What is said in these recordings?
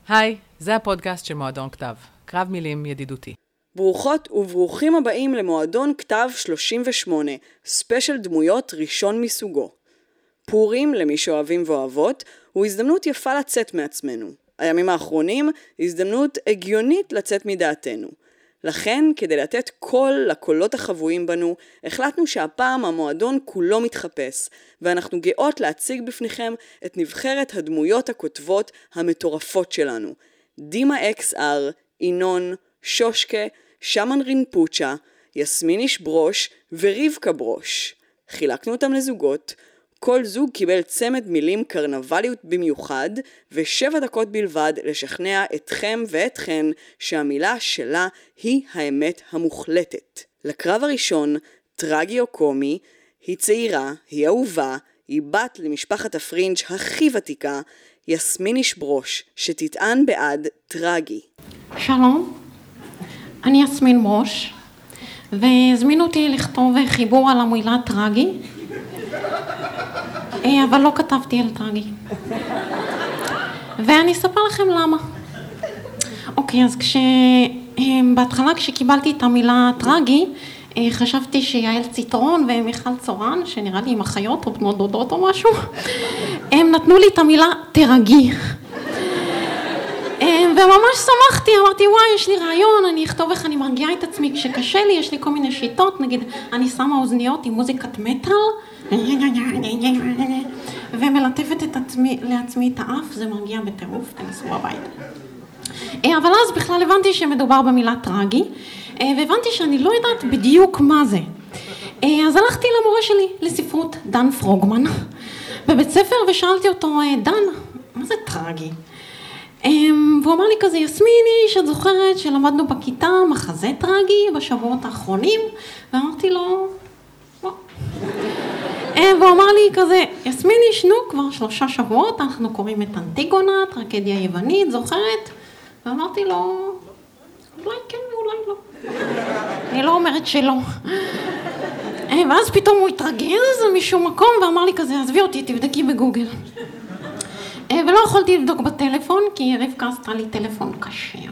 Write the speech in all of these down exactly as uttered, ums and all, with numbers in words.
היי, זה הפודקאסט של מועדון כתב, קרב מילים ידידותי. ברוכות וברוכים הבאים למועדון כתב שלושים ושמונה, ספיישל דמויות ראשון מסוגו. פורים, למי שאוהבים ואוהבות, הוא הזדמנות יפה לצאת מעצמנו. הימים האחרונים, הזדמנות הגיונית לצאת מדעתנו. לכן, כדי לתת קול לקולות החבויים בנו, החלטנו שהפעם המועדון כולו מתחפש, ואנחנו גאות להציג בפניכם את נבחרת הדמויות הכותבות המטורפות שלנו. דימה אקס אר, אינון, שושקה, שמן רינפוצ'ה, יסמיניש ברוש ורבקה ברוש. חילקנו אותם לזוגות, כל זוג קיבל צמד מילים קרנבליות במיוחד, ושבע דקות בלבד לשכנע אתכם ואתכן שהמילה שלה היא האמת המוחלטת. לקרב הראשון, טרגי או קומי, היא צעירה, היא אהובה, היא בת למשפחת הפרינג' הכי ותיקה, יסמיניש ברוש, שתטען בעד טרגי. שלום, אני יסמין ברוש, והזמינו אותי לכתוב חיבור על המילה טרגי, אבל לא כתבתי על טרגי. ואני אספר לכם למה. אוקיי, אז כש... בהתחלה כשקיבלתי את המילה טרגי, חשבתי שיעל ציטרון ומיכל צורן, שנראה לי עם אחיות או בנות דודות או משהו, הם נתנו לי את המילה תרגי. וממש שמחתי, אמרתי, וואי, יש לי רעיון, אני אכתוב איך אני מרגיעה את עצמי כשקשה לי, יש לי כל מיני שיטות, נגיד, אני שמה אוזניות עם מוזיקת מטל, ומלטפת את עצמי, לעצמי את האף, זה מרגיע בטירוף, תנסו בבית. אבל אז בכלל הבנתי שמדובר במילה טרגי, והבנתי שאני לא יודעת בדיוק מה זה. אז הלכתי למורה שלי לספרות, דן פרוגמן, בבית ספר, ושאלתי אותו, דן, מה זה טרגי? והוא אמר לי כזה, יסמיני, שאת זוכרת שלמדנו בכיתה מחזה טרגי בשבועות האחרונים? ואמרתי לו, לא. והוא אמר לי כזה, יסמיני, שנו, כבר שלושה שבועות, אנחנו קוראים את אנטיגונה, טרגדיה יוונית, זוכרת? ואמרתי לו, אולי כן ואולי לא. אני לא אומרת שלא. ואז פתאום הוא התרגז משום מקום ואמר לי כזה, עזבי אותי, תבדקי בגוגל. ולא יכולתי לבדוק בטלפון, כי רבקה עשתה לי טלפון כשר.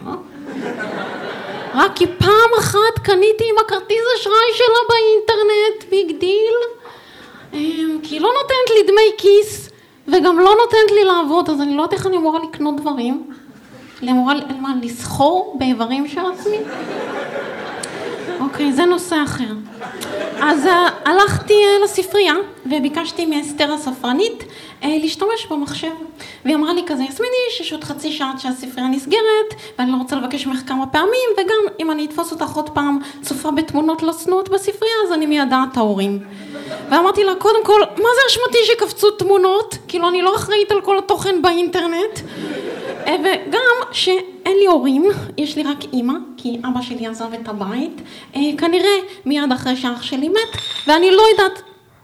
רק כי פעם אחת קניתי עם הכרטיס אשראי שלה באינטרנט, ביג דיל. כי היא לא נותנת לי דמי כיס, וגם לא נותנת לי לעבוד, אז אני לא יודעת איך אני אמורה לקנות דברים. אני אמורה לסחור באיברים של עצמי. אוקיי, זה נושא אחר. אז הלכתי לספרייה וביקשתי מאסתר הספרנית להשתמש במחשב. והיא אמרה לי כזה, יסמיני, שיש עוד חצי שעה שהספרייה נסגרת, ואני לא רוצה לבקש ממך כמה פעמים, וגם אם אני אתפוס אותך עוד פעם צופה בתמונות לא צנועות בספרייה, אז אני מיידע את ההורים. ואמרתי לה, קודם כל, מה זה אשמתי שקפצו תמונות? כאילו, אני לא אחראית על כל התוכן באינטרנט. וגם שאין לי הורים, יש לי רק אמא, כי אבא שלי עזב את הבית, כנראה מיד אחרי שאח שלי מת, ואני לא יודעת,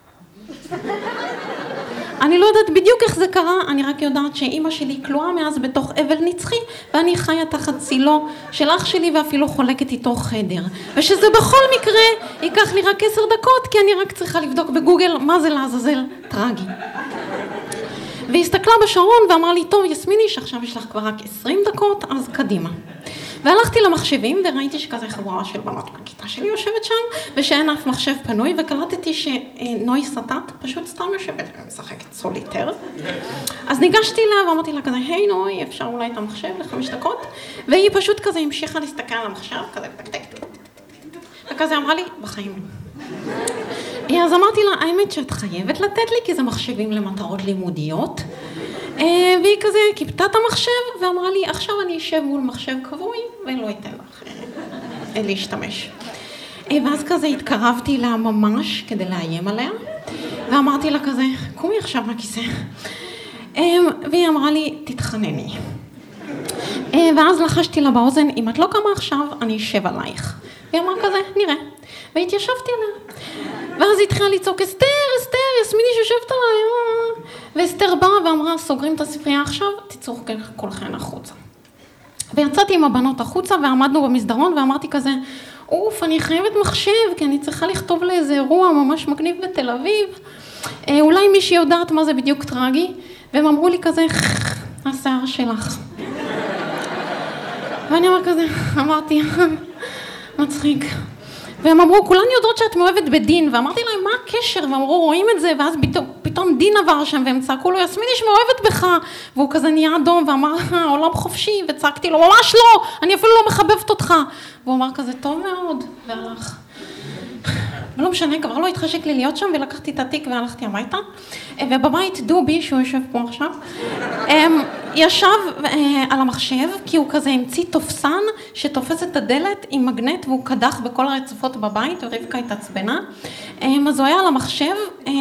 אני לא יודעת בדיוק איך זה קרה, אני רק יודעת שאמא שלי כלואה מאז בתוך אבל נצחי, ואני חיה תחת צילו של אח שלי ואפילו חולקת איתו חדר, ושזה בכל מקרה ייקח לי רק עשר דקות, כי אני רק צריכה לבדוק בגוגל מה זה לעזאזל טרגי. והיא הסתכלה בשעון ואמרה לי, טוב יסמיני, שעכשיו יש לך כבר רק עשרים דקות, אז קדימה. והלכתי למחשבים וראיתי שכזה חבורה של בנות בכיתה שלי יושבת שם, ושאין אף מחשב פנוי, וקלטתי שנוי סטט פשוט סתם יושבת ומשחקת סוליטר. אז ניגשתי לה ואמרתי לה כזה, היי נוי, אפשר אולי את המחשב לחמש דקות? והיא פשוט כזה המשיכה להסתכל על המחשב, כזה טק טק טק טק, וכזה אמרה לי, בחיים. אז אמרתי לה, האמת שאת חייבת לתת לי, כי זה מחשבים למטרות לימודיות. והיא כזה קיפתה את המחשב ואמרה לי, עכשיו אני אשב מול מחשב קבוי ולא אתן לך להשתמש. ואז כזה התקרבתי לה ממש כדי לאיים עליה, ואמרתי לה כזה, קומי עכשיו מהכיסא. והיא אמרה לי, תתחנני. ואז לחשתי לה באוזן, אם את לא קמה עכשיו, אני אשב עלייך. והיא אמרה כזה, נראה. והתיישבתי עליה. ואז היא התחילה לצעוק, אסתר, אסתר, יסמיני שיושבת עליי. ואסתר באה ואמרה, סוגרים את הספרייה עכשיו, תצאו כולכן החוצה. ויצאתי עם הבנות החוצה ועמדנו במסדרון ואמרתי כזה, אוף, אני חייבת מחשב, כי אני צריכה לכתוב לאיזה אירוע ממש מגניב בתל אביב. אולי מישהי יודעת מה זה בדיוק טרגי, והם אמרו לי כזה, השיער שלך. ואני אמר כזה, אמרתי, מצחיק. והם אמרו, כולן יודעות שאת מאוהבת בדין, ואמרתי להם, מה הקשר? ואמרו, רואים את זה, ואז פתאום, פתאום דין עבר שם, והם צעקו לו, יסמיניש מאוהבת בך, והוא כזה נהיה אדום, ואמר, העולם חופשי, וצעקתי לו, ממש לא, אני אפילו לא מחבבת אותך. והוא אמר כזה, טוב מאוד, והלך. ולא משנה, כבר לא התחשק לי להיות שם, ולקחתי את התיק והלכתי הביתה. ובבית דובי, שהוא יושב פה עכשיו, ישב על המחשב, כי הוא כזה המציא תופסן שתופס את הדלת עם מגנט, והוא קדח בכל הרצפות בבית, ורבקה התעצבנה. אז הוא היה על המחשב,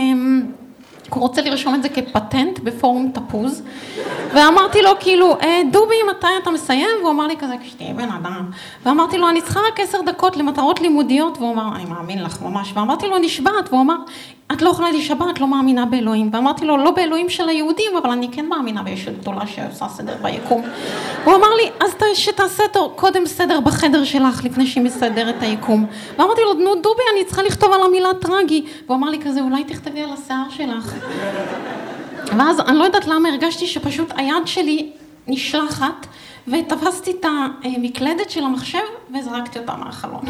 הוא רוצה לרשום את זה כפטנט בפורום תפוז, ואמרתי לו כאילו, דובי, מתי אתה מסיים? והוא אמר לי כזה, כשתהיה בן אדם. ואמרתי לו, אני צריכה רק עשר דקות למטרות לימודיות, והוא אמר, אני מאמין לך ממש. ואמרתי לו, נשבעת, והוא אמר, את לא יכולה להישבע, את לא מאמינה באלוהים. ואמרתי לו, לא באלוהים של היהודים, אבל אני כן מאמינה בישות גדולה שעושה סדר ביקום. הוא אמר לי, אז שתעשה קודם סדר בחדר שלך, לפני שהיא מסדרת את היקום. ואמרתי לו, נו דובי, אני צריכה לכתוב על המילה טרגי. והוא אמר לי כזה, אולי תכתבי על השיער שלך. ואז אני לא יודעת למה הרגשתי שפשוט היד שלי נשלחת, ותפסתי את המקלדת של המחשב וזרקתי אותה מהחלון.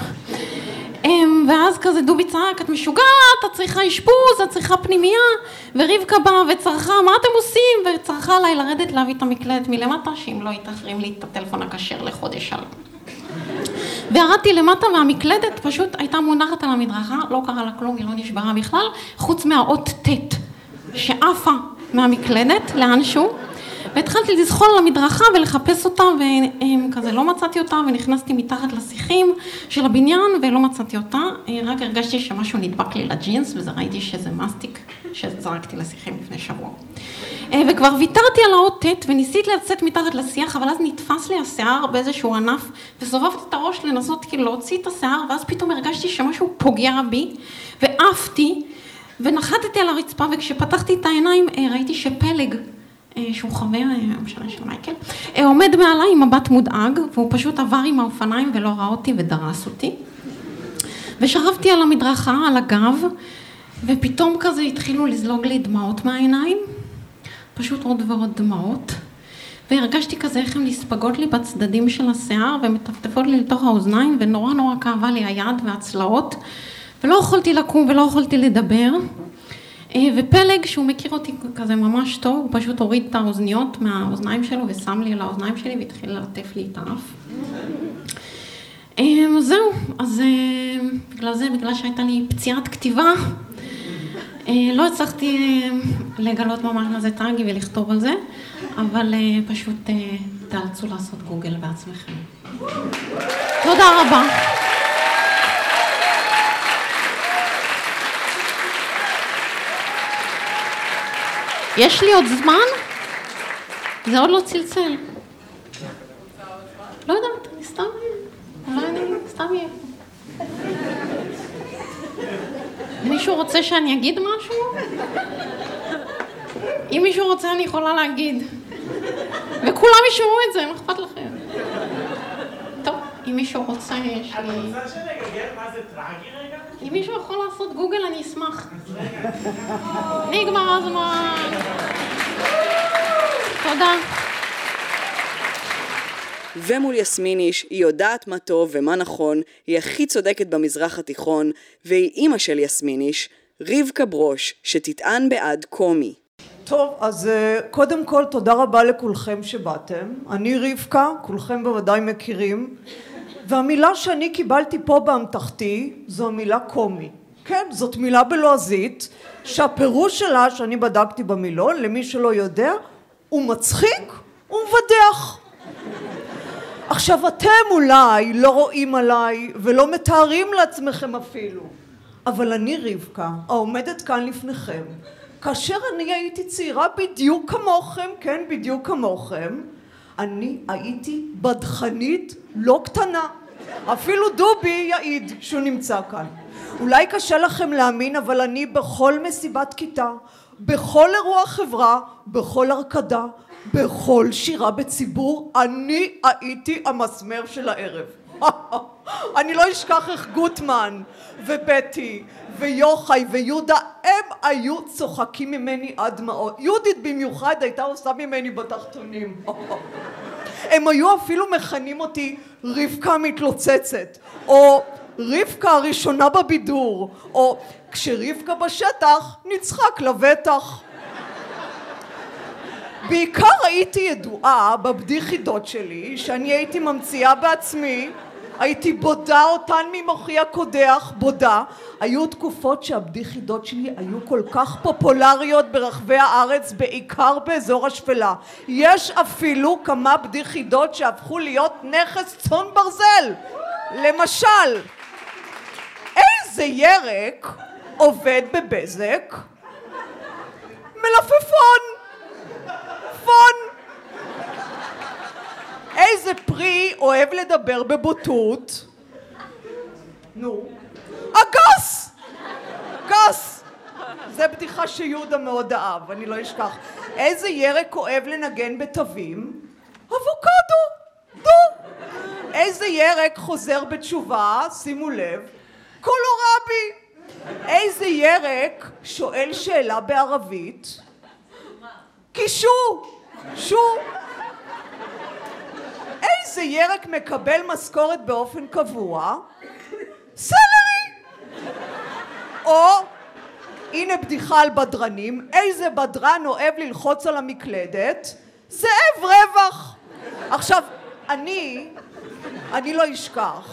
ואז כזה דובי צעק, את משוגעת, את צריכה אשפוז, את צריכה פנימייה, ורבקה באה וצרחה, מה אתם עושים? וצרחה עליי לרדת להביא את המקלדת מלמטה, שאם לא יתחרים לי את הטלפון הכשר לחודש שלם. וירדתי למטה והמקלדת פשוט הייתה מונחת על המדרכה, לא קרה לה כלום, היא לא נשברה בכלל, חוץ מהאות ט' שעפה מהמקלדת לאנשהו, והתחלתי לזחול על המדרכה ולחפש אותה, וכזה לא מצאתי אותה, ונכנסתי מתחת לשיחים של הבניין ולא מצאתי אותה, רק הרגשתי שמשהו נדבק לי לג'ינס, וזה ראיתי שזה מסטיק שזרקתי לשיחים לפני שבוע. וכבר ויתרתי על האות ט' וניסיתי לצאת מתחת לשיח, אבל אז נתפס לי השיער באיזשהו ענף, וסובבתי את הראש לנסות כאילו להוציא את השיער, ואז פתאום הרגשתי שמשהו פוגע בי, ועפתי, ונחתתי על הרצפה, וכשפתחתי את העיניים ראיתי שפלג, שהוא חבר, משנה של מייקל, עומד מעליי עם מבט מודאג, והוא פשוט עבר עם האופניים ולא ראה אותי ודרס אותי. ושכבתי על המדרכה, על הגב, ופתאום כזה התחילו לזלוג לי דמעות מהעיניים, פשוט עוד ועוד דמעות, והרגשתי כזה איך הן נספגות לי בצדדים של השיער, ומטפטפות לי לתוך האוזניים, ונורא נורא כאבה לי היד והצלעות, ולא יכולתי לקום ולא יכולתי לדבר. ופלג, שהוא מכיר אותי כזה ממש טוב, הוא פשוט הוריד את האוזניות מהאוזניים שלו ושם לי על האוזניים שלי והתחיל ללטף לי את האף. זהו, אז בגלל זה, בגלל שהייתה לי פציעת כתיבה, לא הצלחתי לגלות ממש מה זה טרגי ולכתוב על זה, אבל פשוט תאלצו לעשות גוגל בעצמכם. תודה רבה. יש לי עוד זמן? זה עוד לא צלצל. לא יודעת, אני סתם, אולי אני סתם אהיה. מישהו רוצה שאני אגיד משהו? אם מישהו רוצה אני יכולה להגיד. וכולם ישמעו את זה, מה אכפת לכם? טוב, אם מישהו רוצה, יש לי... את רוצה שנגגל מה זה טרגי רגע? אם מישהו יכול לעשות גוגל, אני אשמח. נגמר הזמן. תודה. ומול יסמיניש, היא יודעת מה טוב ומה נכון, היא הכי צודקת במזרח התיכון, והיא אימא של יסמיניש, רבקה ברוש, שתטען בעד קומי. טוב, אז קודם כל תודה רבה לכולכם שבאתם. אני רבקה, כולכם בוודאי מכירים, והמילה שאני קיבלתי פה באמתחתי זו המילה קומי. כן, זאת מילה בלועזית, שהפירוש שלה שאני בדקתי במילון, למי שלא יודע, הוא מצחיק ומבדח. עכשיו אתם אולי לא רואים עליי ולא מתארים לעצמכם אפילו, אבל אני רבקה, העומדת כאן לפניכם, כאשר אני הייתי צעירה בדיוק כמוכם, כן, בדיוק כמוכם, אני הייתי בדחנית לא קטנה. אפילו דובי יעיד שהוא נמצא כאן. אולי קשה לכם להאמין, אבל אני בכל מסיבת כיתה, בכל אירוע חברה, בכל הרקדה, בכל שירה בציבור, אני הייתי המסמר של הערב. אני לא אשכח איך גוטמן ובטי ויוחאי ויהודה, הם היו צוחקים ממני עד דמעות. יהודית במיוחד הייתה עושה ממני בתחתונים. הם היו אפילו מכנים אותי רבקה מתלוצצת, או רבקה הראשונה בבידור, או כשרבקה בשטח נצחק לבטח. בעיקר הייתי ידועה בבדיחידות שלי, שאני הייתי ממציאה בעצמי, הייתי בודה אותן ממוחי הקודח, בודה. היו תקופות שהבדיחידות שלי היו כל כך פופולריות ברחבי הארץ, בעיקר באזור השפלה. יש אפילו כמה בדיחידות שהפכו להיות נכס צאן ברזל. למשל, איזה ירק עובד בבזק? מלפפון. פון. איזה פרי אוהב לדבר בבוטות? נו, אגס! גס! זה בדיחה שיהודה מאוד אהב, אני לא אשכח. איזה ירק אוהב לנגן בתווים? אבוקדו! דו! איזה ירק חוזר בתשובה? שימו לב, קולורבי! איזה ירק שואל שאלה בערבית? קישו! שו! איזה ירק מקבל משכורת באופן קבוע? סלרי! או, הנה בדיחה על בדרנים, איזה בדרן אוהב ללחוץ על המקלדת? זאב רווח! עכשיו, אני, אני לא אשכח.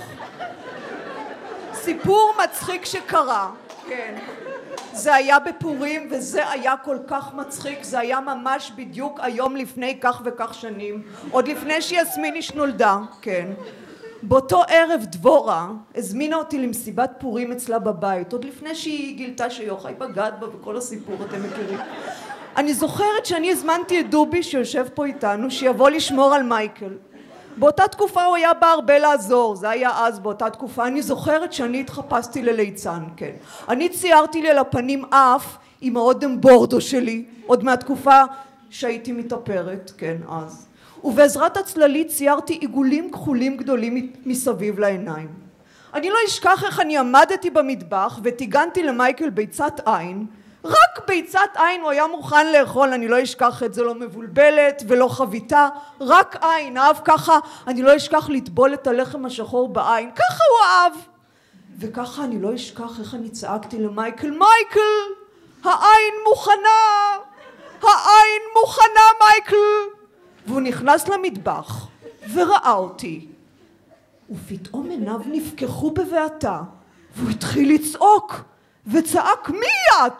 סיפור מצחיק שקרה, כן. זה היה בפורים וזה היה כל כך מצחיק, זה היה ממש בדיוק היום לפני כך וכך שנים, עוד לפני שיסמיניש נולדה, כן. באותו ערב דבורה הזמינה אותי למסיבת פורים אצלה בבית, עוד לפני שהיא גילתה שיוחאי בגד בה וכל הסיפור אתם מכירים. אני זוכרת שאני הזמנתי את דובי שיושב פה איתנו, שיבוא לשמור על מייקל. באותה תקופה הוא היה בא הרבה לעזור, זה היה אז באותה תקופה. אני זוכרת שאני התחפשתי לליצן, כן. אני ציירתי לי על הפנים אף עם האודם בורדו שלי, עוד מהתקופה שהייתי מתאפרת, כן, אז. ובעזרת הצללית ציירתי עיגולים כחולים גדולים מסביב לעיניים. אני לא אשכח איך אני עמדתי במטבח וטיגנתי למייקל ביצת עין, רק ביצת עין הוא היה מוכן לאכול, אני לא אשכח את זה, לא מבולבלת ולא חביתה, רק עין, אהב ככה, אני לא אשכח לטבול את הלחם השחור בעין, ככה הוא אהב. וככה אני לא אשכח איך אני צעקתי למייקל, מייקל, העין מוכנה, העין מוכנה מייקל. והוא נכנס למטבח וראה אותי, ופתאום עיניו נפקחו בבעתה, והוא התחיל לצעוק וצעק, מי את?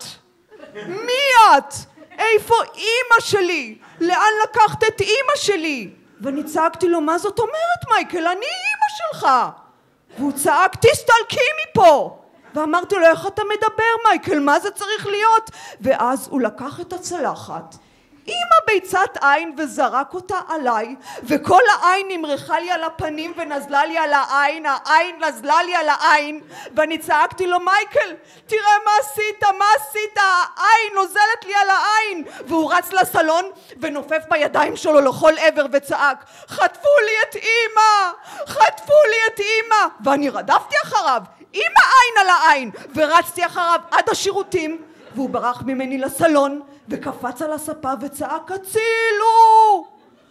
מי את? איפה אמא שלי? לאן לקחת את אמא שלי? ואני צעקתי לו, מה זאת אומרת מייקל? אני אמא שלך. והוא צעק, תסתלקי מפה. ואמרתי לו, איך אתה מדבר מייקל? מה זה צריך להיות? ואז הוא לקח את הצלחת עם הביצת עין וזרק אותה עליי, וכל העין נמרחה לי על הפנים ונזלה לי על העין, העין נזלה לי על העין, ואני צעקתי לו, מייקל, תראה מה עשית, מה עשית, העין נוזלת לי על העין. והוא רץ לסלון ונופף בידיים שלו לכל עבר וצעק, חטפו לי את אמא, חטפו לי את אמא. ואני רדפתי אחריו עם העין על העין ורצתי אחריו עד השירותים, והוא ברח ממני לסלון וקפץ על הספה וצעק, הצילו!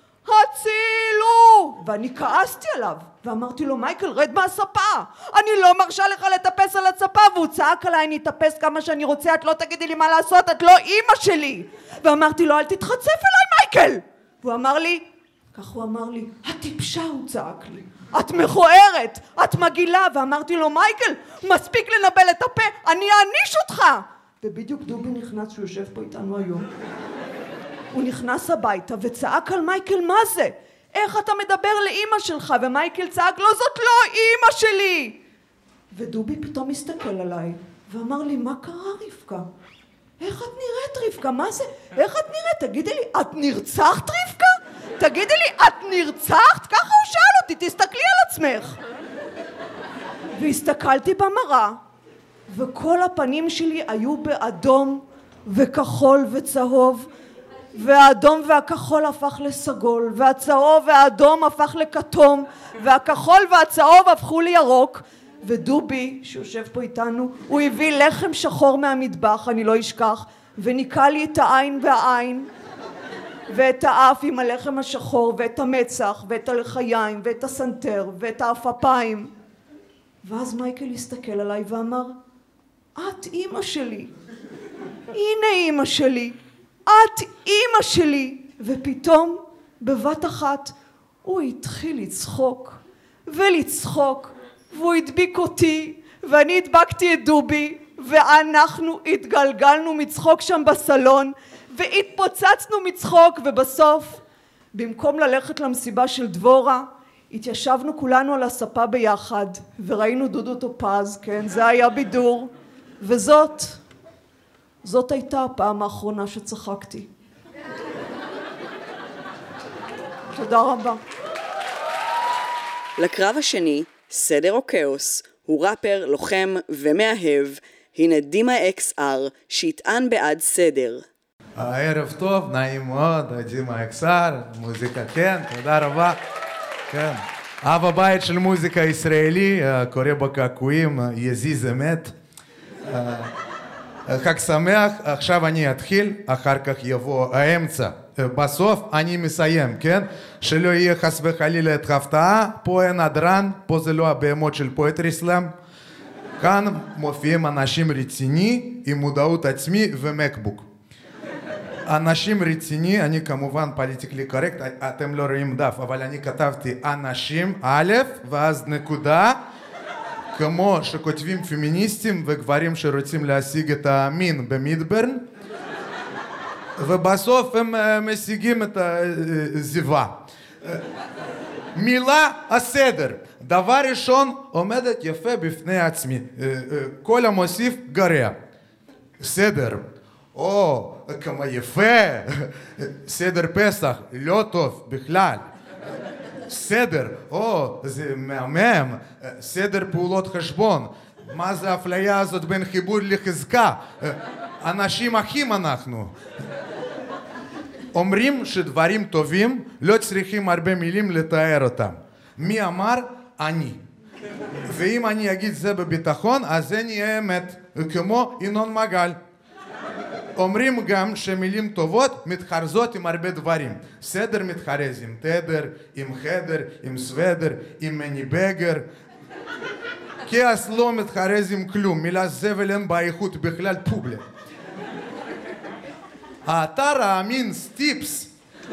הצילו! ואני כעסתי עליו ואמרתי לו, מייקל, רד מהספה, אני לא מרשה לך לטפס על הספה. והוא צעק עליי, אני אטפס כמה שאני רוצה, את לא תגידי לי מה לעשות, את לא אמא שלי. ואמרתי לו, אל תתחצף אליי מייקל. והוא אמר לי, כך הוא אמר לי, הטיפשה, הוא צעק לי, את מכוערת, את מגעילה. ואמרתי לו, מייקל, מספיק לנבל את הפה, אני אעניש אותך. ובדיוק דובי נכנס, שהוא יושב פה איתנו היום, הוא נכנס הביתה וצעק על מייקל, מה זה? איך אתה מדבר לאמא שלך? ומייקל צעק, לא, זאת לא אמא שלי. ודובי פתאום הסתכל עליי ואמר לי, מה קרה רבקה? איך את נראית רבקה? מה זה? איך את נראית? תגידי לי, את נרצחת רבקה? תגידי לי, את נרצחת? ככה הוא שאל אותי, תסתכלי על עצמך. והסתכלתי במראה וכל הפנים שלי היו באדום וכחול וצהוב, והאדום והכחול הפך לסגול, והצהוב והאדום הפך לכתום, והכחול והצהוב הפכו לירוק. ודובי שיושב פה איתנו, הוא הביא לחם שחור מהמטבח, אני לא אשכח, וניקה לי את העין והעין, ואת האף עם הלחם השחור, ואת המצח, ואת הלחיים, ואת הסנטר, ואת האפפיים. ואז מייקל הסתכל עליי ואמר, את אימא שלי. הנה אימא שלי. את אימא שלי. ופתאום, בבת אחת, הוא התחיל לצחוק, ולצחוק, והוא הדביק אותי, ואני הדבקתי את דובי, ואנחנו התגלגלנו מצחוק שם בסלון, והתפוצצנו מצחוק, ובסוף, במקום ללכת למסיבה של דבורה, התיישבנו כולנו על הספה ביחד, וראינו דודו טופז, כן, זה היה בידור, וזאת, זאת הייתה הפעם האחרונה שצחקתי. תודה רבה. לקרב השני, סדר או כאוס, הוא ראפר, לוחם ומאהב, הנה דימה אקס אר, שיטען בעד סדר. ערב טוב, נעים מאוד, דימה אקס אר, מוזיקה כן, תודה רבה. כן. אב הבית של מוזיקה ישראלי, קורא בקעקועים, יזיז אמת. חג שמח, עכשיו אני אתחיל, אחר כך יבוא האמצע. בסוף אני מסיים, כן? שלא יהיה חס וחלילה את ההפתעה, פה אין הדרן, פה זה לא הבהמות של פואטרי סלאם. כאן מופיעים אנשים רציני עם מודעות עצמי ומקבוק. אנשים רציני, אני כמובן פוליטיקלי קורקט, אתם לא רואים דף, אבל אני כתבתי אנשים, א', ואז נקודה, כמו שכותבים פמיניסטים וגברים שרוצים להשיג את המין במדברן, ובסוף הם משיגים את הזיווה. מילה הסדר. דבר ראשון עומדת יפה בפני עצמי. כל המוסיף גרע. סדר. או, כמה יפה. סדר פסח. לא טוב בכלל. סדר. או, זה מהמם. סדר פעולות חשבון. מה זה האפליה הזאת בין חיבור לחזקה? אנשים אחים אנחנו. אומרים שדברים טובים לא צריכים הרבה מילים לתאר אותם. מי אמר? אני. ואם אני אגיד זה בביטחון, אז זה נהיה אמת, כמו ינון מגל. אומרים גם שמילים טובות מתחרזות עם הרבה דברים. סדר מתחרז עם תדר, עם חדר, עם סוודר, עם מני בגר. כעס לא מתחרז עם כלום, מילה זבל אין באיכות בכלל פובלה. האתר האמין סטיפס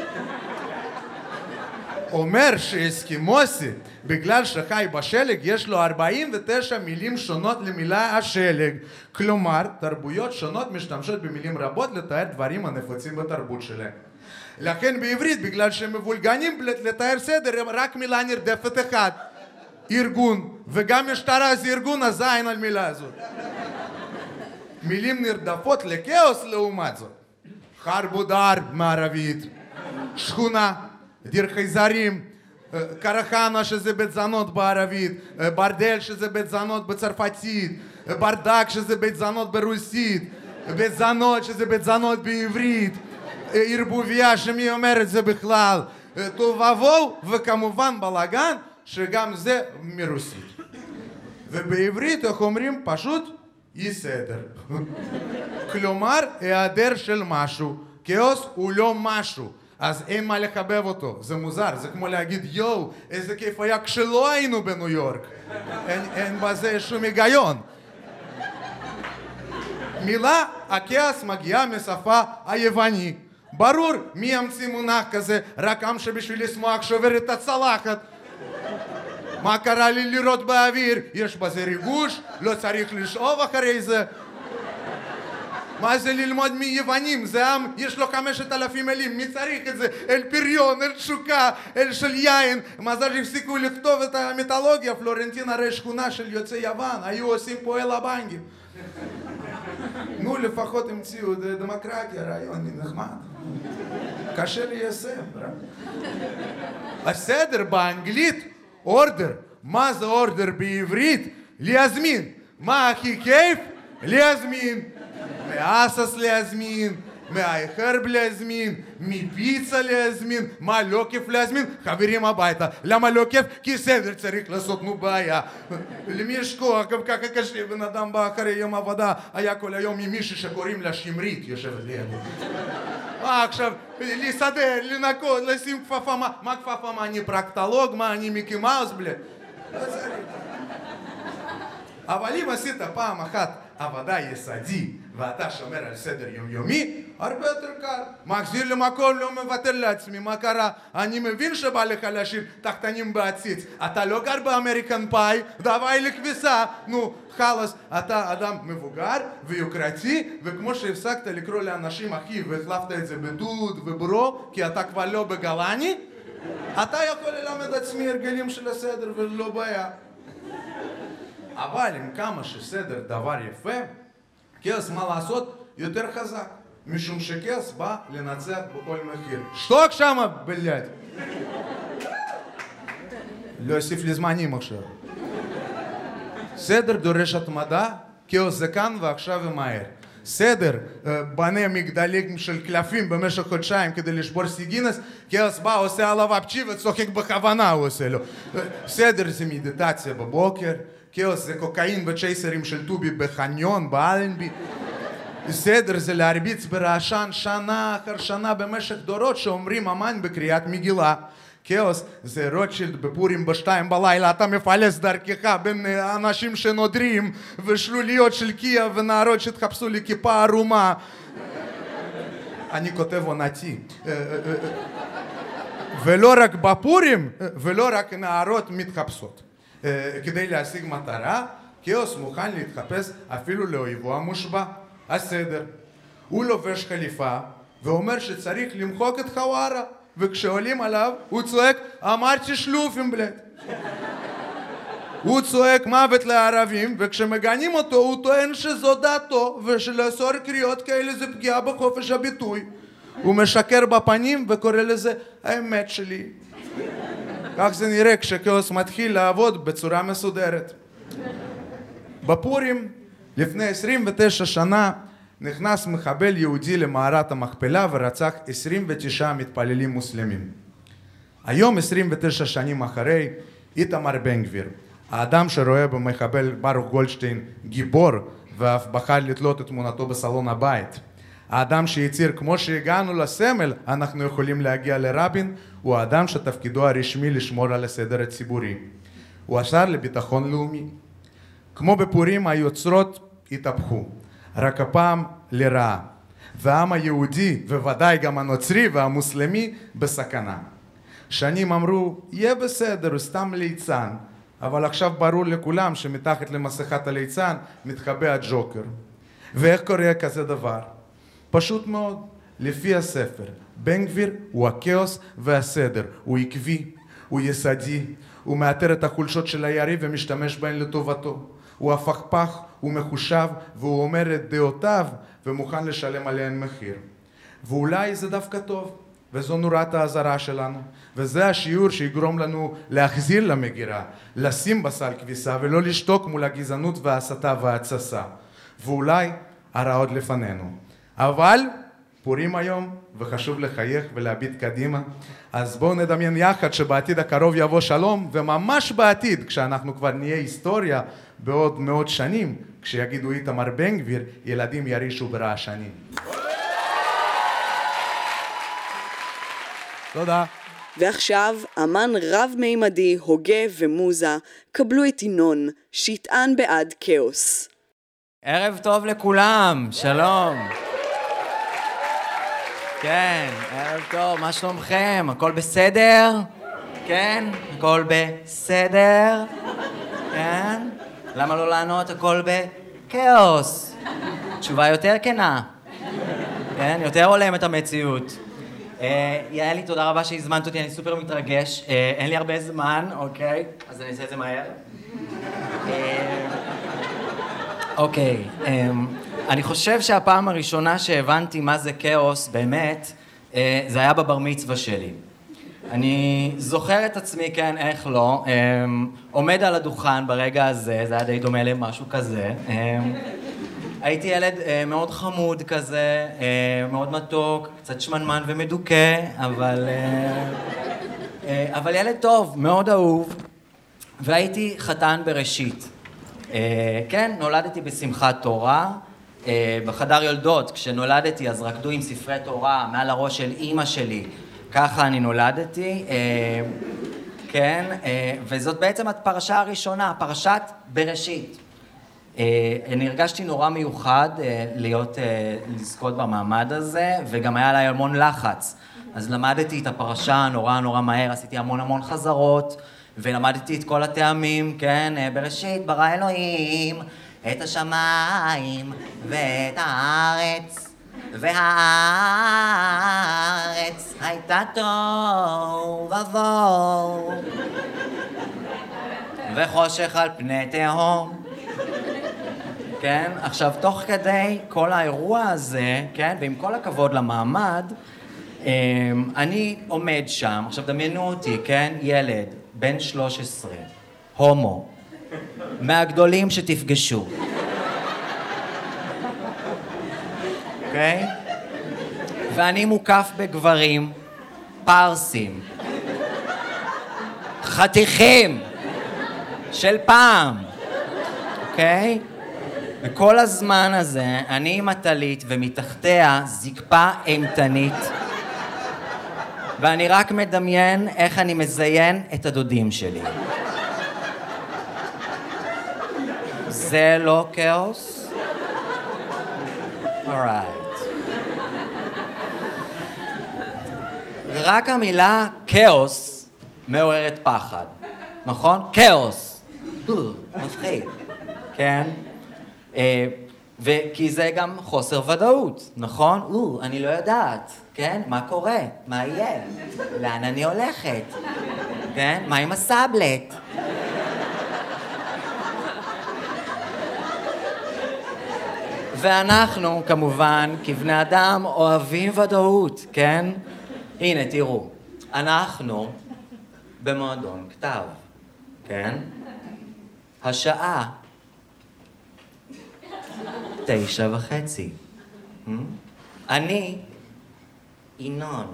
אומר שאסקימוסי, בגלל שחי בשלג, יש לו ארבעים ותשע מילים שונות למילה השלג. כלומר, תרבויות שונות משתמשות במילים רבות לתאר דברים הנפוצים בתרבות שלהם. לכן בעברית, בגלל שהם מבולגנים לתאר סדר, רק מילה נרדפת אחת. ארגון, וגם משטרה זה ארגון, אז זין על מילה הזאת. מילים נרדפות לכאוס לעומת זאת. חרבודר מערבית, שכונה, דיר חייזרים, קרחנה שזה בית זונות בערבית, ברדל שזה בית זונות בצרפתית, ברדק שזה בית זונות ברוסית, בית זונות שזה בית זונות בעברית, ערבוביה שמי אומר את זה בכלל, תובבו וכמובן בלגן שגם זה מרוסית. ובעברית איך אומרים פשוט אי סדר. כלומר, היעדר של משהו. כאוס הוא לא משהו, אז אין מה לחבב אותו. זה מוזר, זה כמו להגיד, יואו, איזה כיף היה כשלא היינו בניו יורק. אין, אין בזה שום היגיון. מילה, הכעס מגיעה משפה היווני. ברור, מי ימציא מונח כזה? רק עם שבשביל לשמוח שובר את הצלחת. מה קרה לי לראות באוויר? יש בזה ריגוש, לא צריך לשאוב אחרי זה. מה זה ללמוד מיוונים? זה עם, יש לו חמשת אלפים מילים, מי צריך את זה? אל פריון, אל תשוקה, אל של יין. מזל שהפסיקו לכתוב את המיתולוגיה, פלורנטין הרי שכונה של יוצאי יוון, היו עושים פועל הבנקים. נו, לפחות המציאו דמוקרטיה, רעיון נחמד. קשה ליישם. הסדר באנגלית, אורדר. מה זה אורדר בעברית? להזמין. מה הכי כיף? להזמין. מאסס להזמין, מהאיחרב להזמין, מפיצה להזמין. מה לא כיף להזמין? חברים הביתה. למה לא כיף? כי סדר צריך לעשות, נו בעיה. למי יש כוח? גם ככה קשה, בן אדם בא אחרי יום עבודה, היה כל היום עם מישהו שקוראים לה שמרית, יושבת לידי. עכשיו, לסדר, לנקות, לשים כפפה, מה, מה כפפה, מה אני פרקטולוג, מה אני מיקי מאוס, בלה. אבל אם עשית פעם אחת עבודה יסודי ואתה שומר על סדר יומיומי, הרבה יותר קל. מחזיר למקום, לא מוותר לעצמי, מה קרה? אני מבין שבא לך להשאיר תחתנים בעציץ. אתה לא גר באמריקן פאי, דווי לכביסה. נו, חלאס, אתה אדם מבוגר ויוקרתי, וכמו שהפסקת לקרוא לאנשים אחי והחלפת את זה בדוד וברו, כי אתה כבר לא בגלני, אתה יכול ללמד עצמי הרגלים של הסדר ולא בעיה. אבל עם כמה שסדר דבר יפה, כעס, מה לעשות, יותר חזק. משום שכעס בא לנצח בכל מחיר. שתוק שמה, בלעד. לא אוסיף לי זמנים עכשיו. סדר דורש התמדה, כאוס זה כאן ועכשיו ומהר. סדר בנה מגדלים של קלפים במשך חודשיים כדי לשבור סיגינס, כאוס בא, עושה עליו אפצ'י וצוחק בכוונה הוא עושה לו. סדר זה מדיטציה בבוקר, כאוס זה קוקאין וצ'ייסרים של טובי בחניון, באלנבי. סדר זה להרביץ ברעשן שנה אחר שנה במשך דורות שאומרים אמן בקריאת מגילה. כאוס זה רוטשילד בפורים בשתיים בלילה, אתה מפלס דרכך בין אנשים שנודרים ושלוליות של קיה ונערות שהתחפשו לכיפה ערומה. אני כותב עונתי. ולא רק בפורים ולא רק נערות מתחפשות. כדי להשיג מטרה, כאוס מוכן להתחפש אפילו לאויבו המושבע. הסדר. הוא לובש חליפה ואומר שצריך למחוק את חווארה, וכשעולים עליו הוא צועק אמרתי שלופים בלד. הוא צועק מוות לערבים, וכשמגנים אותו הוא טוען שזו דעתו ושלאסור קריאות כאלה זה פגיעה בחופש הביטוי. הוא משקר בפנים וקורא לזה האמת שלי. כך זה נראה כשכאוס מתחיל לעבוד בצורה מסודרת. בפורים לפני עשרים ותשע שנה נכנס מחבל יהודי למערת המכפלה ורצח עשרים ותשעה מתפללים מוסלמים. היום עשרים ותשע שנים אחרי, איתמר בן גביר, האדם שרואה במחבל ברוך גולדשטיין גיבור ואף בחר לתלות את תמונתו בסלון הבית, האדם שהצהיר כמו שהגענו לסמל אנחנו יכולים להגיע לרבין, הוא האדם שתפקידו הרשמי לשמור על הסדר הציבורי. הוא השר לביטחון לאומי. כמו בפורים היוצרות התהפכו, רק הפעם לרעה. והעם היהודי, וודאי גם הנוצרי והמוסלמי, בסכנה. שנים אמרו, יהיה בסדר, הוא סתם ליצן. אבל עכשיו ברור לכולם שמתחת למסכת הליצן מתחבא הג'וקר. ואיך קורה כזה דבר? פשוט מאוד, לפי הספר. בן גביר הוא הכאוס והסדר. הוא עקבי, הוא יסודי, הוא מאתר את החולשות של היריב ומשתמש בהן לטובתו. הוא הפכפך, הוא מחושב, והוא אומר את דעותיו ומוכן לשלם עליהן מחיר. ואולי זה דווקא טוב, וזו נורת האזהרה שלנו, וזה השיעור שיגרום לנו להחזיר למגירה, לשים בסל כביסה ולא לשתוק מול הגזענות וההסתה וההתססה. ואולי הרע עוד לפנינו. אבל פורים היום, וחשוב לחייך ולהביט קדימה, אז בואו נדמיין יחד שבעתיד הקרוב יבוא שלום, וממש בעתיד, כשאנחנו כבר נהיה היסטוריה בעוד מאות שנים, כשיגידו איתמר בן גביר, ילדים ירישו ברעשנים. תודה. ועכשיו, אמן רב-מימדי, הוגה ומוזה, קבלו את ינון, שיטען בעד כאוס. ערב טוב לכולם, שלום. כן, ערב טוב, מה שלומכם? הכל בסדר? כן? הכל בסדר? כן? למה לא לענות הכל בכאוס? תשובה יותר כנה. כן? יותר הולם את המציאות. יעלי, תודה רבה שהזמנת אותי, אני סופר מתרגש. אין לי הרבה זמן, אוקיי? אז אני אעשה את זה מהר. אוקיי, אני חושב שהפעם הראשונה שהבנתי מה זה כאוס, באמת, זה היה בבר מצווה שלי. אני זוכר את עצמי, כן, איך לא, עומד על הדוכן ברגע הזה, זה היה די דומה למשהו כזה. הייתי ילד מאוד חמוד כזה, מאוד מתוק, קצת שמנמן ומדוכא, אבל, אבל ילד טוב, מאוד אהוב, והייתי חתן בראשית. כן, נולדתי בשמחת תורה, בחדר יולדות, כשנולדתי, אז רקדו עם ספרי תורה מעל הראש של אימא שלי. ככה אני נולדתי, כן, וזאת בעצם הפרשה הראשונה, פרשת בראשית. אני הרגשתי נורא מיוחד להיות, לזכות במעמד הזה, וגם היה לי המון לחץ. אז למדתי את הפרשה נורא נורא מהר, עשיתי המון המון חזרות, ולמדתי את כל הטעמים, כן, בראשית ברא אלוהים את השמיים ואת הארץ, והארץ הייתה תוהו ובוהו, וחושך על פני תהום. כן, עכשיו תוך כדי כל האירוע הזה, כן, ועם כל הכבוד למעמד, אני עומד שם, עכשיו דמיינו אותי, כן, ילד, בן שלוש עשרה, הומו, מהגדולים שתפגשו. אוקיי? ואני מוקף בגברים, פרסים, חתיכים של פעם, אוקיי? וכל הזמן הזה אני עם הטלית ומתחתיה זקפה אימתנית, ואני רק מדמיין איך אני מזיין את הדודים שלי. זה לא כאוס? alright. רק המילה כאוס מעוררת פחד, נכון? כאוס. מפחיד, כן? וכי זה גם חוסר ודאות, נכון? או, אני לא יודעת, כן? מה קורה? מה יהיה? לאן אני הולכת? כן? מה עם הסאבלט? ואנחנו, כמובן, כבני אדם, אוהבים ודאות, כן? הנה, תראו. אנחנו במועדון כתב, כן? השעה תשע וחצי. אני ינון.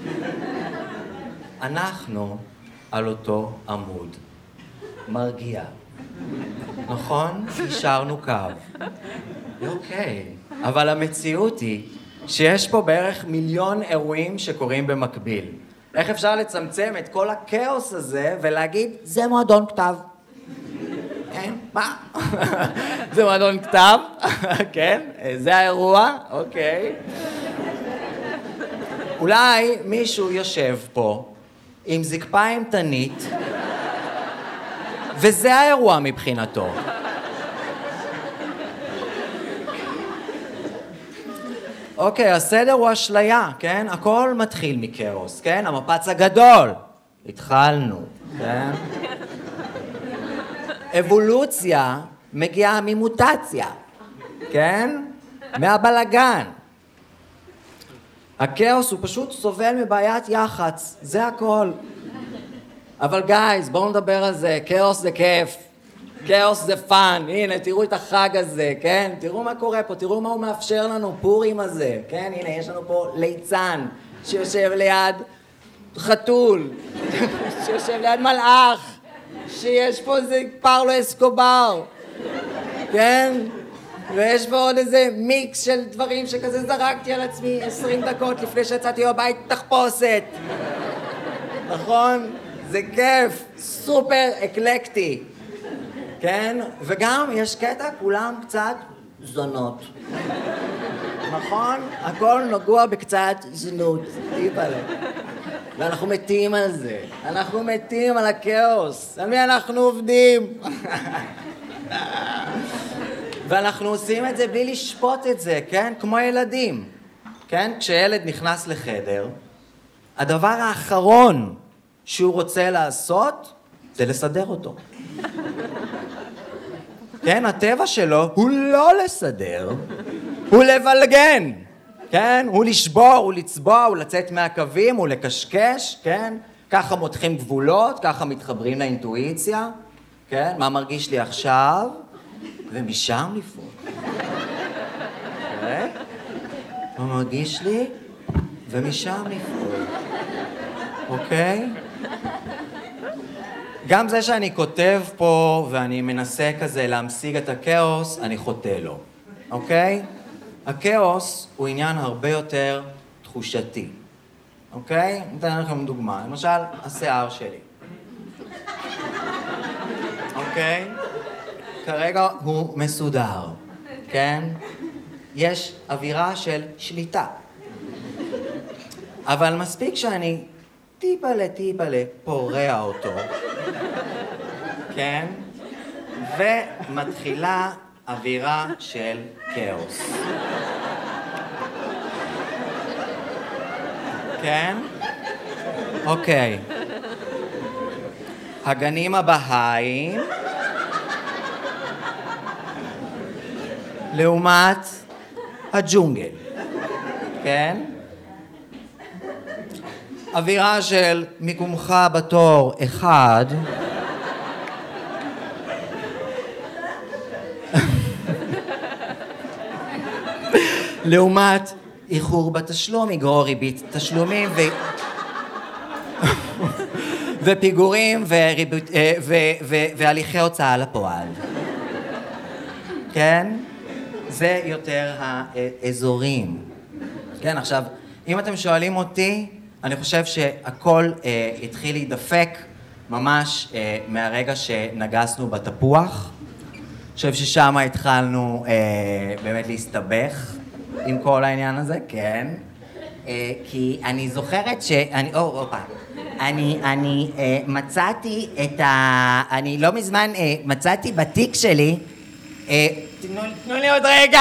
אנחנו על אותו עמוד. מרגיע. נכון? השארנו קו. אוקיי. אבל המציאות היא שיש פה בערך מיליון אירועים שקורים במקביל. איך אפשר לצמצם את כל הכאוס הזה ולהגיד, זה מועדון כתב. כן? מה? זה מועדון כתב? כן? זה האירוע? אוקיי. אולי מישהו יושב פה עם זקפה אימתנית, וזה האירוע מבחינתו. אוקיי, הסדר הוא אשליה, כן? הכל מתחיל מכאוס, כן? המפץ הגדול. התחלנו, כן? אבולוציה מגיעה ממוטציה, כן? מהבלגן. הכאוס הוא פשוט סובל מבעיית יח"צ, זה הכל. אבל גייז, בואו נדבר על זה, כאוס זה כיף, כאוס זה פאן, הנה, תראו את החג הזה, כן? תראו מה קורה פה, תראו מה הוא מאפשר לנו, פורים הזה, כן? הנה, יש לנו פה ליצן שיושב ליד חתול, שיושב ליד מלאך, שיש פה איזה פאולו אסקובר, כן? ויש פה עוד איזה מיקס של דברים שכזה זרקתי על עצמי עשרים דקות לפני שיצאתי בבית תחפושת. נכון? זה כיף, סופר אקלקטי. כן? וגם יש קטע, כולם קצת זונות. נכון? הכל נגוע בקצת זנות. טיפלה. ואנחנו מתים על זה. אנחנו מתים על הכאוס. על מי אנחנו עובדים? ואנחנו עושים את זה בלי לשפוט את זה, כן? כמו ילדים. כן? כשילד נכנס לחדר, הדבר האחרון שהוא רוצה לעשות זה לסדר אותו. כן? הטבע שלו הוא לא לסדר, הוא לבלגן. כן? הוא לשבור, הוא לצבוע, הוא לצאת מהקווים, הוא לקשקש, כן? ככה מותחים גבולות, ככה מתחברים לאינטואיציה. כן? מה מרגיש לי עכשיו? ומשם לפעול. מה מרגיש לי? ומשם לפעול. אוקיי? גם זה שאני כותב פה ואני מנסה כזה להמשיג את הכאוס, אני חוטא לו. אוקיי? הכאוס הוא עניין הרבה יותר תחושתי, אוקיי? נתן לכם דוגמה, למשל, השיער שלי. אוקיי? כרגע הוא מסודר, כן? יש אווירה של שליטה. אבל מספיק שאני טיפה לטיפה לפורע אותו, כן? ומתחילה אווירה של כאוס. כן? אוקיי. הגנים הבאיים לעומת הג'ונגל, כן? אווירה של מיקומך בתור אחד לעומת איחור בתשלום, יגרור ריבית תשלומים ו... ופיגורים וריבית, ו... ו... והליכי הוצאה לפועל. כן? זה יותר האזורים. כן, עכשיו, אם אתם שואלים אותי, אני חושב שהכל אה, התחיל להידפק ממש אה, מהרגע שנגסנו בתפוח. אני חושב ששם התחלנו אה, באמת להסתבך עם כל העניין הזה, כן. אה, כי אני זוכרת שאני, או, אופה, אני, אני אה, מצאתי את ה... אני לא מזמן אה, מצאתי בתיק שלי, אה, תנו, תנו לי עוד רגע.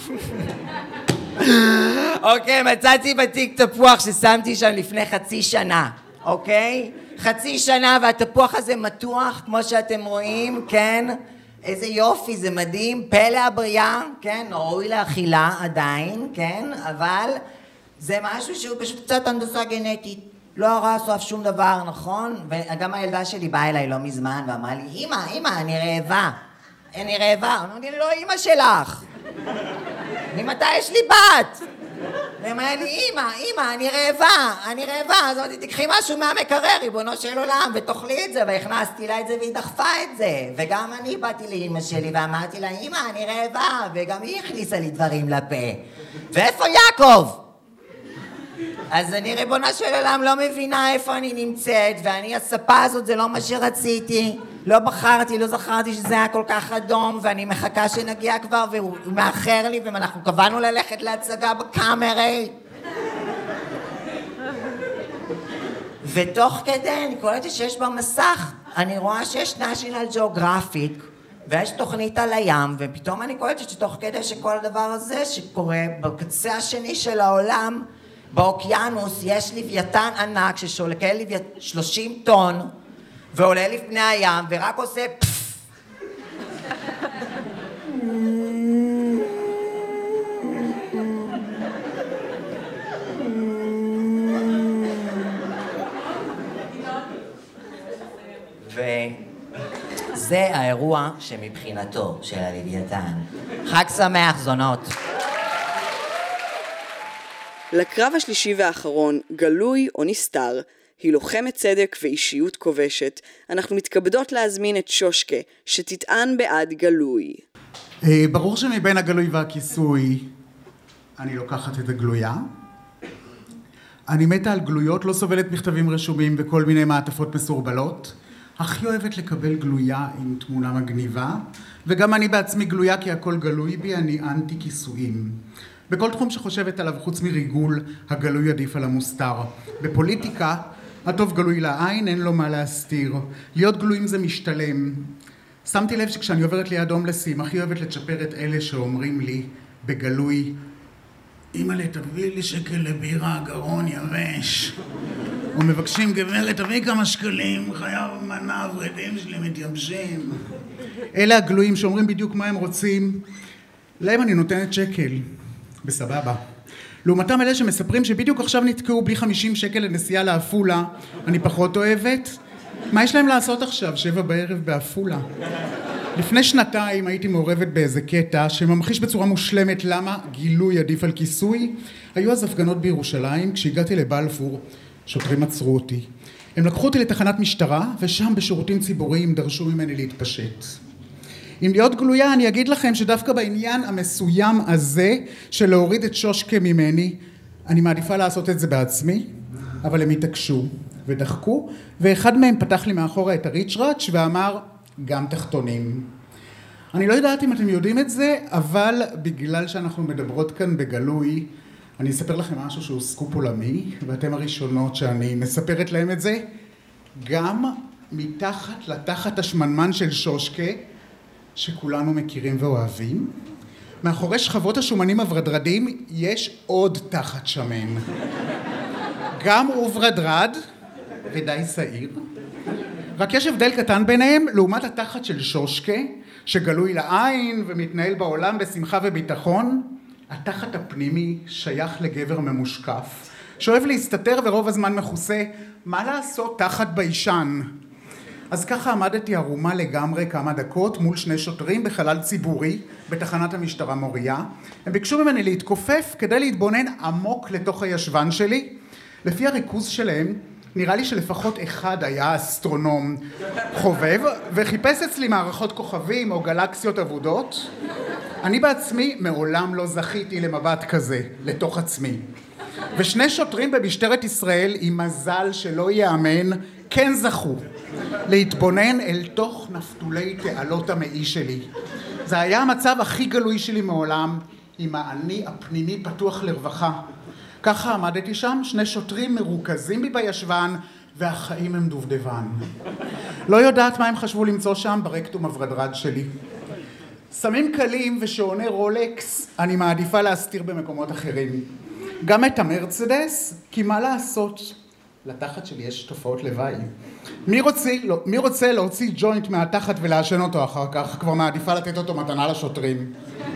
אוקיי, מצאתי בתיק תפוח ששמתי שם לפני חצי שנה, אוקיי? חצי שנה והתפוח הזה מתוח, כמו שאתם רואים, כן? איזה יופי, זה מדהים, פלא הבריאה, כן? ראוי לאכילה עדיין, כן? אבל זה משהו שהוא פשוט קצת הנדסה גנטית. לא הרס אף שום דבר, נכון? וגם הילדה שלי באה אליי לא מזמן ואמרה לי, אמא, אמא, אני רעבה. אני רעבה. אמרתי לי, לא, אמא שלך. ממתי יש לי בת? והם היה לי, אמא, אמא, אני רעבה, אני רעבה. אז אמרתי, תקחי משהו מהמקרר, ריבונו של עולם, ותאכלי את זה. והכנסתי לה את זה והיא דחפה את זה. וגם אני באתי לאמא שלי ואמרתי לה, אמא, אני רעבה. וגם היא הכניסה לי דברים לפה. ואיפה יעקב? אז אני ריבונה של עולם לא מבינה איפה אני נמצאת, ואני, הספה הזאת זה לא מה שרציתי. לא בחרתי, לא זכרתי שזה היה כל כך אדום, ואני מחכה שנגיע כבר, והוא מאחר לי, ואנחנו קבענו ללכת להצגה בקאמרי. ותוך כדי, אני קולטת שיש במסך, אני רואה שיש National Geographic, ויש תוכנית על הים, ופתאום אני קולטת שתוך כדי שכל הדבר הזה שקורה בקצה השני של העולם, באוקיינוס יש לוויתן ענק ששולקל שלושים טון, ועולה לפני הים, ורק עושה פפפ. וזה האירוע שמבחינתו של הלוויתן. חג שמח, זונות. לקרב השלישי והאחרון, גלוי או נסתר, היא לוחמת צדק ואישיות כובשת. אנחנו מתכבדות להזמין את שושקה, שתטען בעד גלוי. ברור שמבין הגלוי והכיסוי, אני לוקחת את הגלויה. אני מתה על גלויות, לא סובלת מכתבים רשומים וכל מיני מעטפות מסורבלות. הכי אוהבת לקבל גלויה עם תמונה מגניבה, וגם אני בעצמי גלויה כי הכל גלוי בי, אני אנטי כיסויים. בכל תחום שחושבת עליו חוץ מריגול, הגלוי עדיף על המוסתר. בפוליטיקה, הטוב גלוי לעין, אין לו מה להסתיר. להיות גלויים זה משתלם. שמתי לב שכשאני עוברת ליד הומלסים, הכי אוהבת לצ'פר את אלה שאומרים לי בגלוי, אמא תביא לי שקל לבירה, גרון יבש. ומבקשים, גברת, תביא כמה שקלים, חייב מנה, ורדים שלי מתייבשים. אלה הגלויים שאומרים בדיוק מה הם רוצים. להם אני נותנת שקל. בסבבה. לעומתם אלה שמספרים שבדיוק עכשיו נתקעו בלי חמישים שקל לנסיעה לאפולה, אני פחות אוהבת. מה יש להם לעשות עכשיו, שבע בערב באפולה? לפני שנתיים הייתי מעורבת באיזה קטע שממחיש בצורה מושלמת למה גילוי עדיף על כיסוי. היו אז הפגנות בירושלים, כשהגעתי לבלפור, שוטרים עצרו אותי. הם לקחו אותי לתחנת משטרה, ושם בשירותים ציבוריים דרשו ממני להתפשט. אם להיות גלויה, אני אגיד לכם שדווקא בעניין המסוים הזה, של להוריד את שושקה ממני, אני מעדיפה לעשות את זה בעצמי, אבל הם התעקשו ודחקו, ואחד מהם פתח לי מאחורה את הריצ'ראץ' ואמר, גם תחתונים. אני לא יודעת אם אתם יודעים את זה, אבל בגלל שאנחנו מדברות כאן בגלוי, אני אספר לכם משהו שהוא סקופ עולמי, ואתם הראשונות שאני מספרת להם את זה, גם מתחת לתחת השמנמן של שושקה, שכולנו מכירים ואוהבים, מאחורי שכבות השומנים הוורדרדים יש עוד תחת שמן. גם הוא ורדרד ודי שעיר, רק יש הבדל קטן ביניהם לעומת התחת של שושקה, שגלוי לעין ומתנהל בעולם בשמחה וביטחון. התחת הפנימי שייך לגבר ממושקף, שאוהב להסתתר ורוב הזמן מכוסה, מה לעשות תחת ביישן. אז ככה עמדתי ערומה לגמרי כמה דקות מול שני שוטרים בחלל ציבורי בתחנת המשטרה מוריה. הם ביקשו ממני להתכופף כדי להתבונן עמוק לתוך הישבן שלי. לפי הריכוז שלהם נראה לי שלפחות אחד היה אסטרונום חובב וחיפש אצלי מערכות כוכבים או גלקסיות אבודות. אני בעצמי מעולם לא זכיתי למבט כזה לתוך עצמי. ושני שוטרים במשטרת ישראל עם מזל שלא יאמן כן זכו להתבונן אל תוך נפתולי תעלות המעי שלי. זה היה המצב הכי גלוי שלי מעולם, עם האני הפנימי פתוח לרווחה. ככה עמדתי שם, שני שוטרים מרוכזים בי בישבן, והחיים הם דובדבן. לא יודעת מה הם חשבו למצוא שם ברקטום הוורדרד שלי. סמים קלים ושעוני רולקס אני מעדיפה להסתיר במקומות אחרים. גם את המרצדס, כי מה לעשות? לתחת שלי יש תופעות לוואי. מי רוצה, לא, מי רוצה להוציא ג'וינט מהתחת ולעשן אותו אחר כך? כבר מעדיפה לתת אותו מתנה לשוטרים.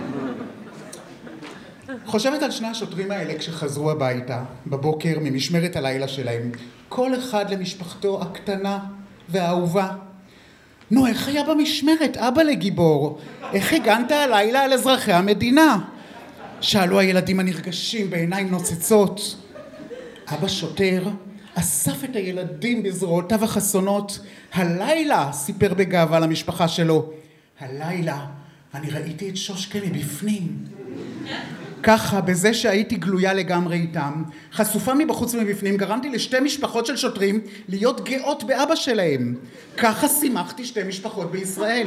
חושבת על שני השוטרים האלה כשחזרו הביתה, בבוקר ממשמרת הלילה שלהם. כל אחד למשפחתו הקטנה והאהובה. נו, איך היה במשמרת, אבא לגיבור? איך הגנת הלילה על אזרחי המדינה? שאלו הילדים הנרגשים בעיניים נוצצות. אבא שוטר אסף את הילדים בזרועותיו החסונות. הלילה, סיפר בגאווה למשפחה שלו, הלילה אני ראיתי את שושקה מבפנים. ככה, בזה שהייתי גלויה לגמרי איתם, חשופה מבחוץ ומבפנים, גרמתי לשתי משפחות של שוטרים להיות גאות באבא שלהם. ככה שימחתי שתי משפחות בישראל.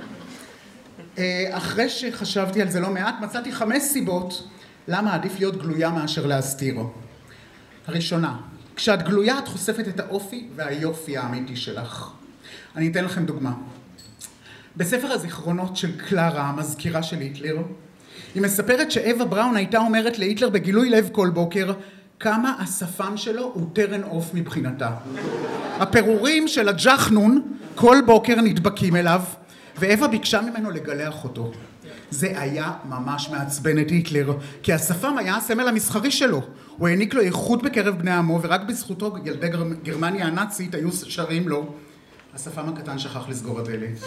אחרי שחשבתי על זה לא מעט, מצאתי חמש סיבות למה עדיף להיות גלויה מאשר להסתיר. הראשונה, כשאת גלויה את חושפת את האופי והיופי האמיתי שלך. אני אתן לכם דוגמה. בספר הזיכרונות של קלרה, המזכירה של היטלר, היא מספרת שאווה בראון הייתה אומרת להיטלר בגילוי לב כל בוקר כמה השפם שלו הוא טרן אוף מבחינתה. הפירורים של הג'חנון כל בוקר נדבקים אליו, ואווה ביקשה ממנו לגלח אותו. זה היה ממש מעצבן את היטלר, כי השפם היה הסמל המסחרי שלו. הוא העניק לו איכות בקרב בני עמו, ורק בזכותו ילדי גרמניה הנאצית היו שרים לו, השפם הקטן שכח לסגור הדלת.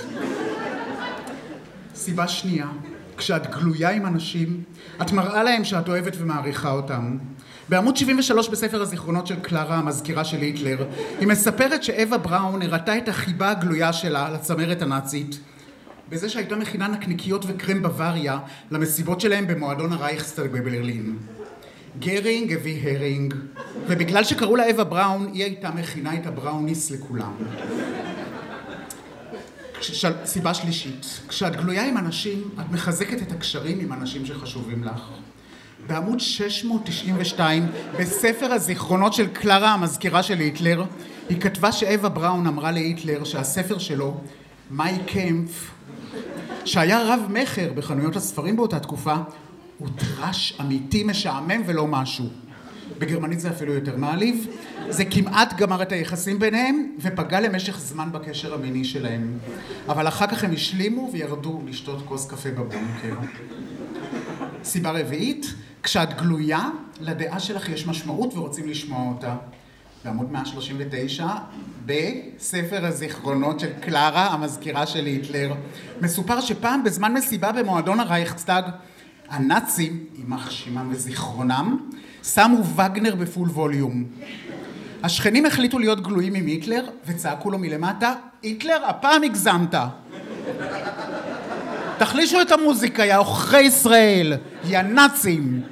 סיבה שנייה, כשאת גלויה עם אנשים, את מראה להם שאת אוהבת ומעריכה אותם. בעמוד שבעים ושלוש בספר הזיכרונות של קלרה, המזכירה של היטלר, היא מספרת שאווה בראון הראתה את החיבה הגלויה שלה לצמרת הנאצית, בזה שהייתה מכינה נקניקיות וקרם בוואריה למסיבות שלהם במועדון הרייכסטאג בברלין. גרינג הביא הרינג, ובגלל שקראו לה אווה בראון, היא הייתה מכינה את הבראוניס לכולם. של... סיבה שלישית, כשאת גלויה עם אנשים, את מחזקת את הקשרים עם אנשים שחשובים לך. בעמוד שש מאות תשעים ושתיים, בספר הזיכרונות של קלרה, המזכירה של היטלר, היא כתבה שאווה בראון אמרה להיטלר שהספר שלו, מי קמפ, שהיה רב מחר בחנויות הספרים באותה תקופה, הוא טרש אמיתי משעמם ולא משהו. בגרמנית זה אפילו יותר מעליב. זה כמעט גמר את היחסים ביניהם ופגע למשך זמן בקשר המיני שלהם. אבל אחר כך הם השלימו וירדו לשתות כוס קפה בבונקר. סיבה רביעית, כשאת גלויה, לדעה שלך יש משמעות ורוצים לשמוע אותה. בעמוד מאה שלושים ותשע, בספר הזיכרונות של קלרה, המזכירה של היטלר, מסופר שפעם בזמן מסיבה במועדון הרייכסטאג, הנאצים, יימח שמם וזיכרונם, שמו וגנר בפול ווליום. השכנים החליטו להיות גלויים עם היטלר וצעקו לו מלמטה, היטלר, הפעם הגזמת. תחלישו את המוזיקה, יא עוכרי ישראל, יא נאצים.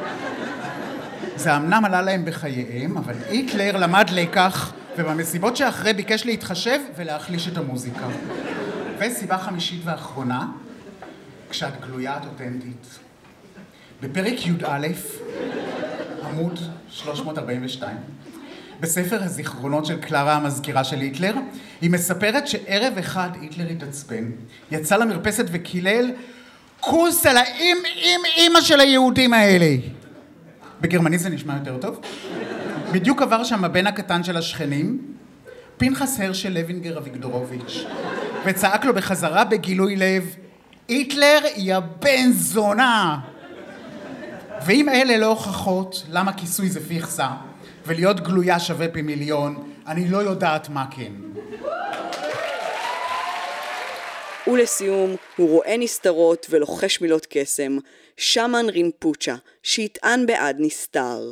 זה אמנם עלה להם בחייהם, אבל היטלר למד לקח, ובמסיבות שאחרי ביקש להתחשב ולהחליש את המוזיקה. וסיבה חמישית ואחרונה, כשאת גלויה את אותנטית. בפרק י"א, עמוד שלוש מאות ארבעים ושתיים, בספר הזיכרונות של קלרה המזכירה של היטלר, היא מספרת שערב אחד היטלר התעצבן, יצא למרפסת וקילל כוס על האם אם אמא של היהודים האלה. בגרמנית זה נשמע יותר טוב. בדיוק עבר שם הבן הקטן של השכנים, פנחס הרשל לוינגר אביגדורוביץ', וצעק לו בחזרה בגילוי לב, היטלר יא בן זונה. ואם אלה לא הוכחות למה כיסוי זה פיכסה, ולהיות גלויה שווה פי מיליון, אני לא יודעת מה כן. ולסיום, הוא רואה נסתרות ולוחש מילות קסם, שמן רינפוצ'ה, שיטען בעד נסתר.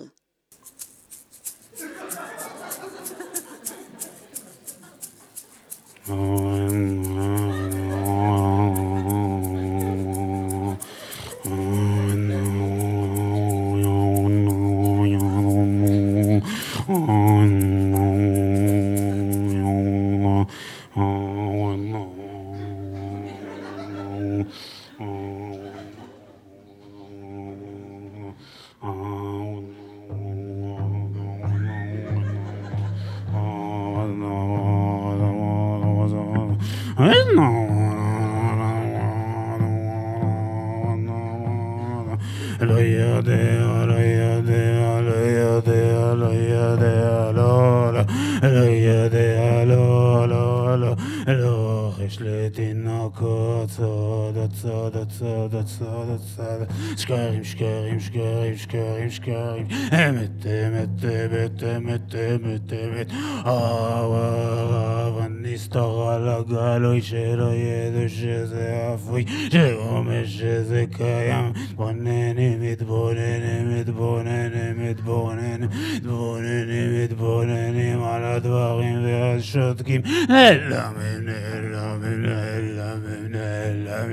לא יודע, לא יודע, לא יודע, לא יודע, לא, לא, לא יודע, לא, לא, לא, לא, יש לתינוקות, צוד, צוד, צוד, צוד, צוד, שקרים, שקרים, שקרים, שקרים, שקרים, אמת, אמת, אמת, אמת, אמת, אמת, אהו, אהו, נסתר על הגלוי שלא ידעו שזה אפוי, שאומר שזה קיים, מתבוננים, מתבוננים, מתבוננים, מתבוננים, מתבוננים, מתבוננים על הדברים ואז שותקים, נעלמים, נעלמים, נעלמים, נעלמים,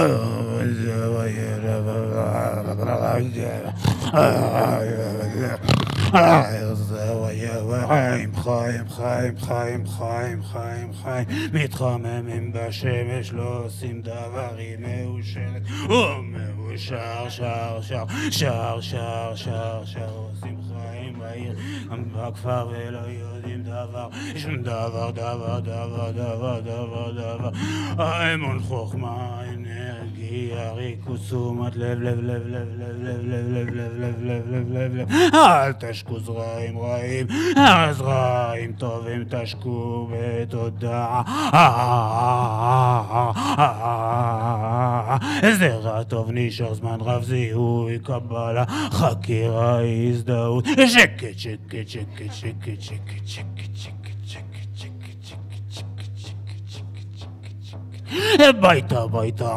חיים, חיים, חיים, חיים, חיים, חיים, חיים, מתחממים בשמש, לא עושים דבר, היא מאושרת ומאושר, שר, שר, שר, שר, שר, שר, עושים חיים בעיר, גם בכפר ולא יודעים דבר, שום דבר, דבר, דבר, דבר, דבר, דבר, האמון חוכמה, אנרגיה, ריכוז, תשומת לב, לב, לב, לב, לב, לב, לב, לב, לב, לב, לב, לב, לב, אל תשקו זרעים רעים, אז רעים טובים תשקו בתודעה, זרע טוב נשאר זמן רב, זיהוי, קבלה, חקירה, הזדהות, שקט, שקט, שקט, שקט, שקט, שקט, שקט, ביתה, ביתה,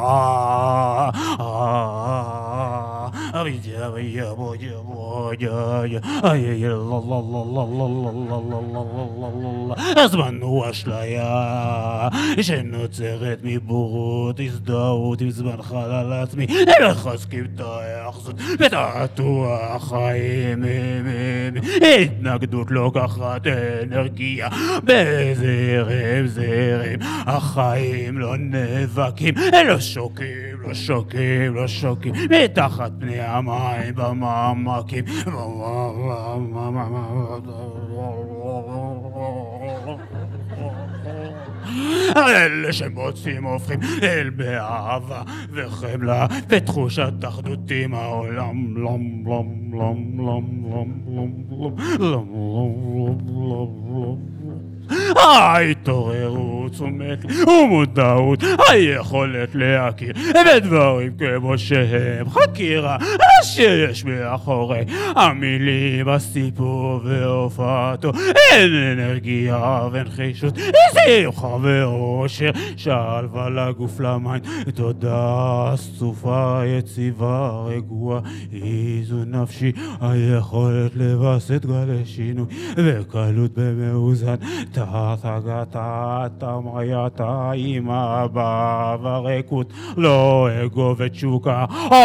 הזמן הוא אשליה שנוצרת מבורות, הזדהות עם זמן חלל עצמי, לחזקים את האחזות ותעתוע החיים, התנגדות לוקחת אנרגיה בזרם זרם, החיים לא נאבקים, לא שוקים, לא שוקים, לא שוקים, מתחת פני המים במעמקים. אלה שמוצאים הופכים אל באהבה וחמלה ותחושת אחדות עם העולם. לום לום לום לום לום לום לום לום לום ההתעוררות, תשומת ומודעות, היכולת להכיר בדברים כמו שהם, חקירה שיש מאחורי המילים, הסיפור והופעתו, אין אנרגיה ונחישות, שמחה ואושר, שלווה לגוף למים, תודה סופה יציבה רגועה, איזון נפשי, היכולת לבסט גלי שינוי וקלות במאוזן, השגת תמריית אמא ברקות לא אגו ותשוקה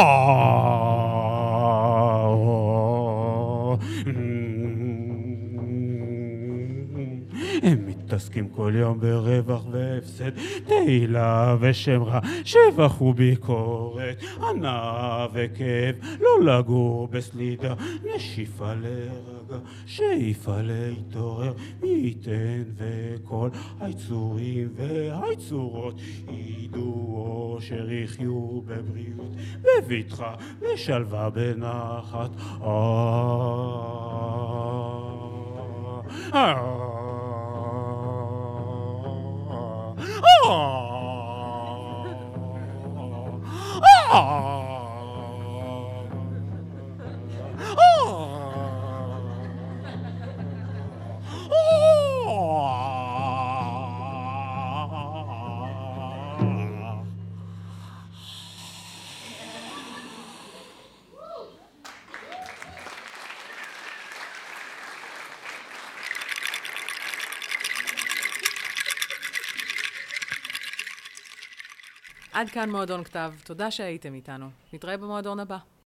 הם מתעסקים כל יום ברווח והפסד, תהילה ושם רע, שבח וביקורת, ענה וכאב, לא לגור בסלידה, נשיפה לרגע, שאיפה להתעורר, מי ייתן וכל היצורים והיצורות ידעו אשר יחיו בבריאות, בבטחה, בשלווה, בנחת. אה עד כאן מועדון כתב, תודה שהייתם איתנו. נתראה במועדון הבא.